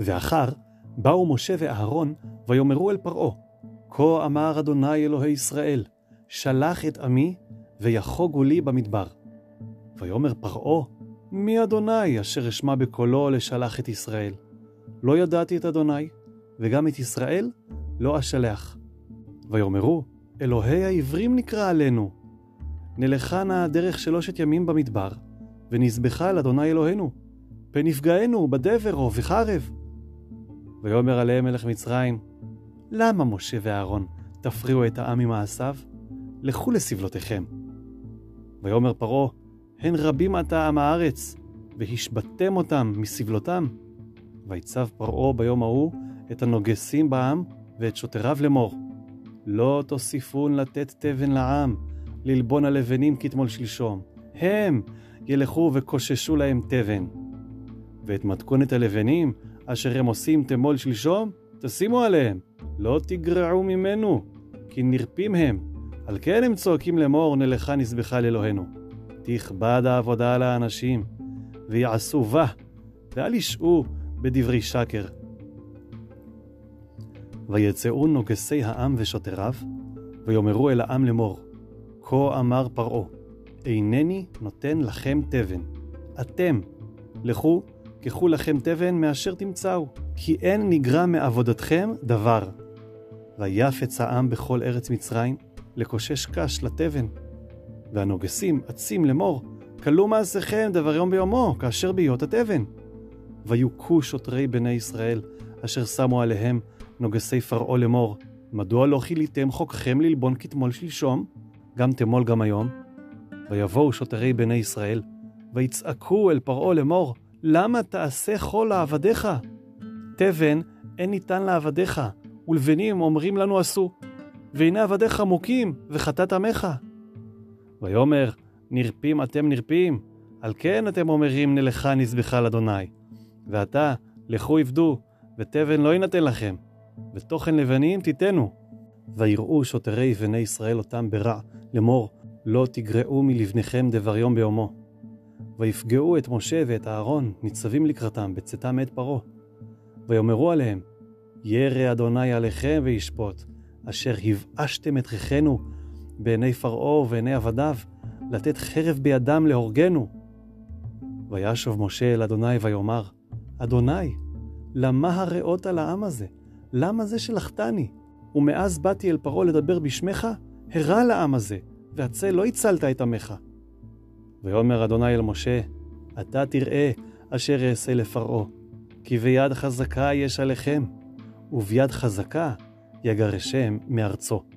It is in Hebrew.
ואחר באו משה ואהרון ויאמרו אל פרעה, כה אמר אדוני אלוהי ישראל, שלח את עמי ויחוגו לי במדבר. ויאמר פרעה, מי אדוני אשר אשמע בקולו לשלח את ישראל? לא ידעתי את אדוני, וגם את ישראל לא אשלח. ויאמרו, אלוהי העברים נקרא עלינו. נלכה נא דרך 3 ימים במדבר, ונזבחה אל אדוני אלוהינו, פן נפגענו בדבר או בחרב. ויאמר עליהם מלך מצרים, למה משה ואהרון תפריעו את העם ממעשיו? לכו לסבלותיכם. ויאמר פרעה, הן רבים עתה עם הארץ, והשבתם אותם מסבלותם. ויצב פרעה ביום ההוא את הנוגסים בעם ואת שוטריו לאמור, לא תוסיפון לתת תבן לעם, ללבון הלבנים כתמול שלשום. הם ילכו וקוששו להם תבן. ואת מתכונת הלבנים אשר הם עושים תמול שלשום, תשימו עליהם, לא תגרעו ממנו, כי נרפים הם. על כן הם צועקים לאמור, נלכה נזבחה לאלוהינו. תכבד העבודה על האנשים, ויעשו בה, ואל ישעו בדברי שקר. ויצאו נוגסי העם ושוטריו, ויאמרו אל העם לאמור, כה אמר פרעה, אינני נותן לכם תבן. אתם, לכו, קחו לכם תבן מאשר תמצאו, כי אין נגרע מעבודתכם דבר. ויפץ העם בכל ארץ מצרים, לקושש קש לתבן. והנוגסים עצים לאמור, כלו מעשיכם דבר יום ביומו, כאשר בהיות התבן. ויוכו שוטרי בני ישראל, אשר שמו עליהם נוגסי פרעה לאמור, מדוע לא חיליתם חוקכם ללבון כתמול שלשום, גם תמול גם היום? ויבואו שוטרי בני ישראל, ויצעקו אל פרעה לאמור, למה תעשה כל לעבדיך? תבן אין ניתן לעבדיך, ולבנים אומרים לנו עשו, והנה עבדיך מוכים וחטאת עמך. ויאמר, נרפים אתם נרפים, על כן אתם אומרים נלכה נזבחה לאדוני. ועתה לכו עבדו, ותבן לא ינתן לכם, ותוכן לבנים תיתנו. ויראו שוטרי בני ישראל אותם ברע, לאמור, לא תגרעו מלבניכם דבר יום ביומו. ויפגעו את משה ואת אהרון, ניצבים לקראתם בצאתם מאת פרעה. ויאמרו עליהם, ירא אדוני עליכם וישפוט, אשר הבאשתם את ריחנו בעיני פרעה ובעיני עבדיו, לתת חרב בידם להורגנו. וישוב משה אל אדוני ויאמר, אדוני, למה הרעות על העם הזה? למה זה שלחתני? ומאז באתי אל פרעה לדבר בשמך, הרע לעם הזה, והצל לא הצלת את עמך. ויאמר אדוני אל משה, אתה תראה אשר אעשה לפרעה, כי ביד חזקה יש עליכם, וביד חזקה יגרשם מארצו.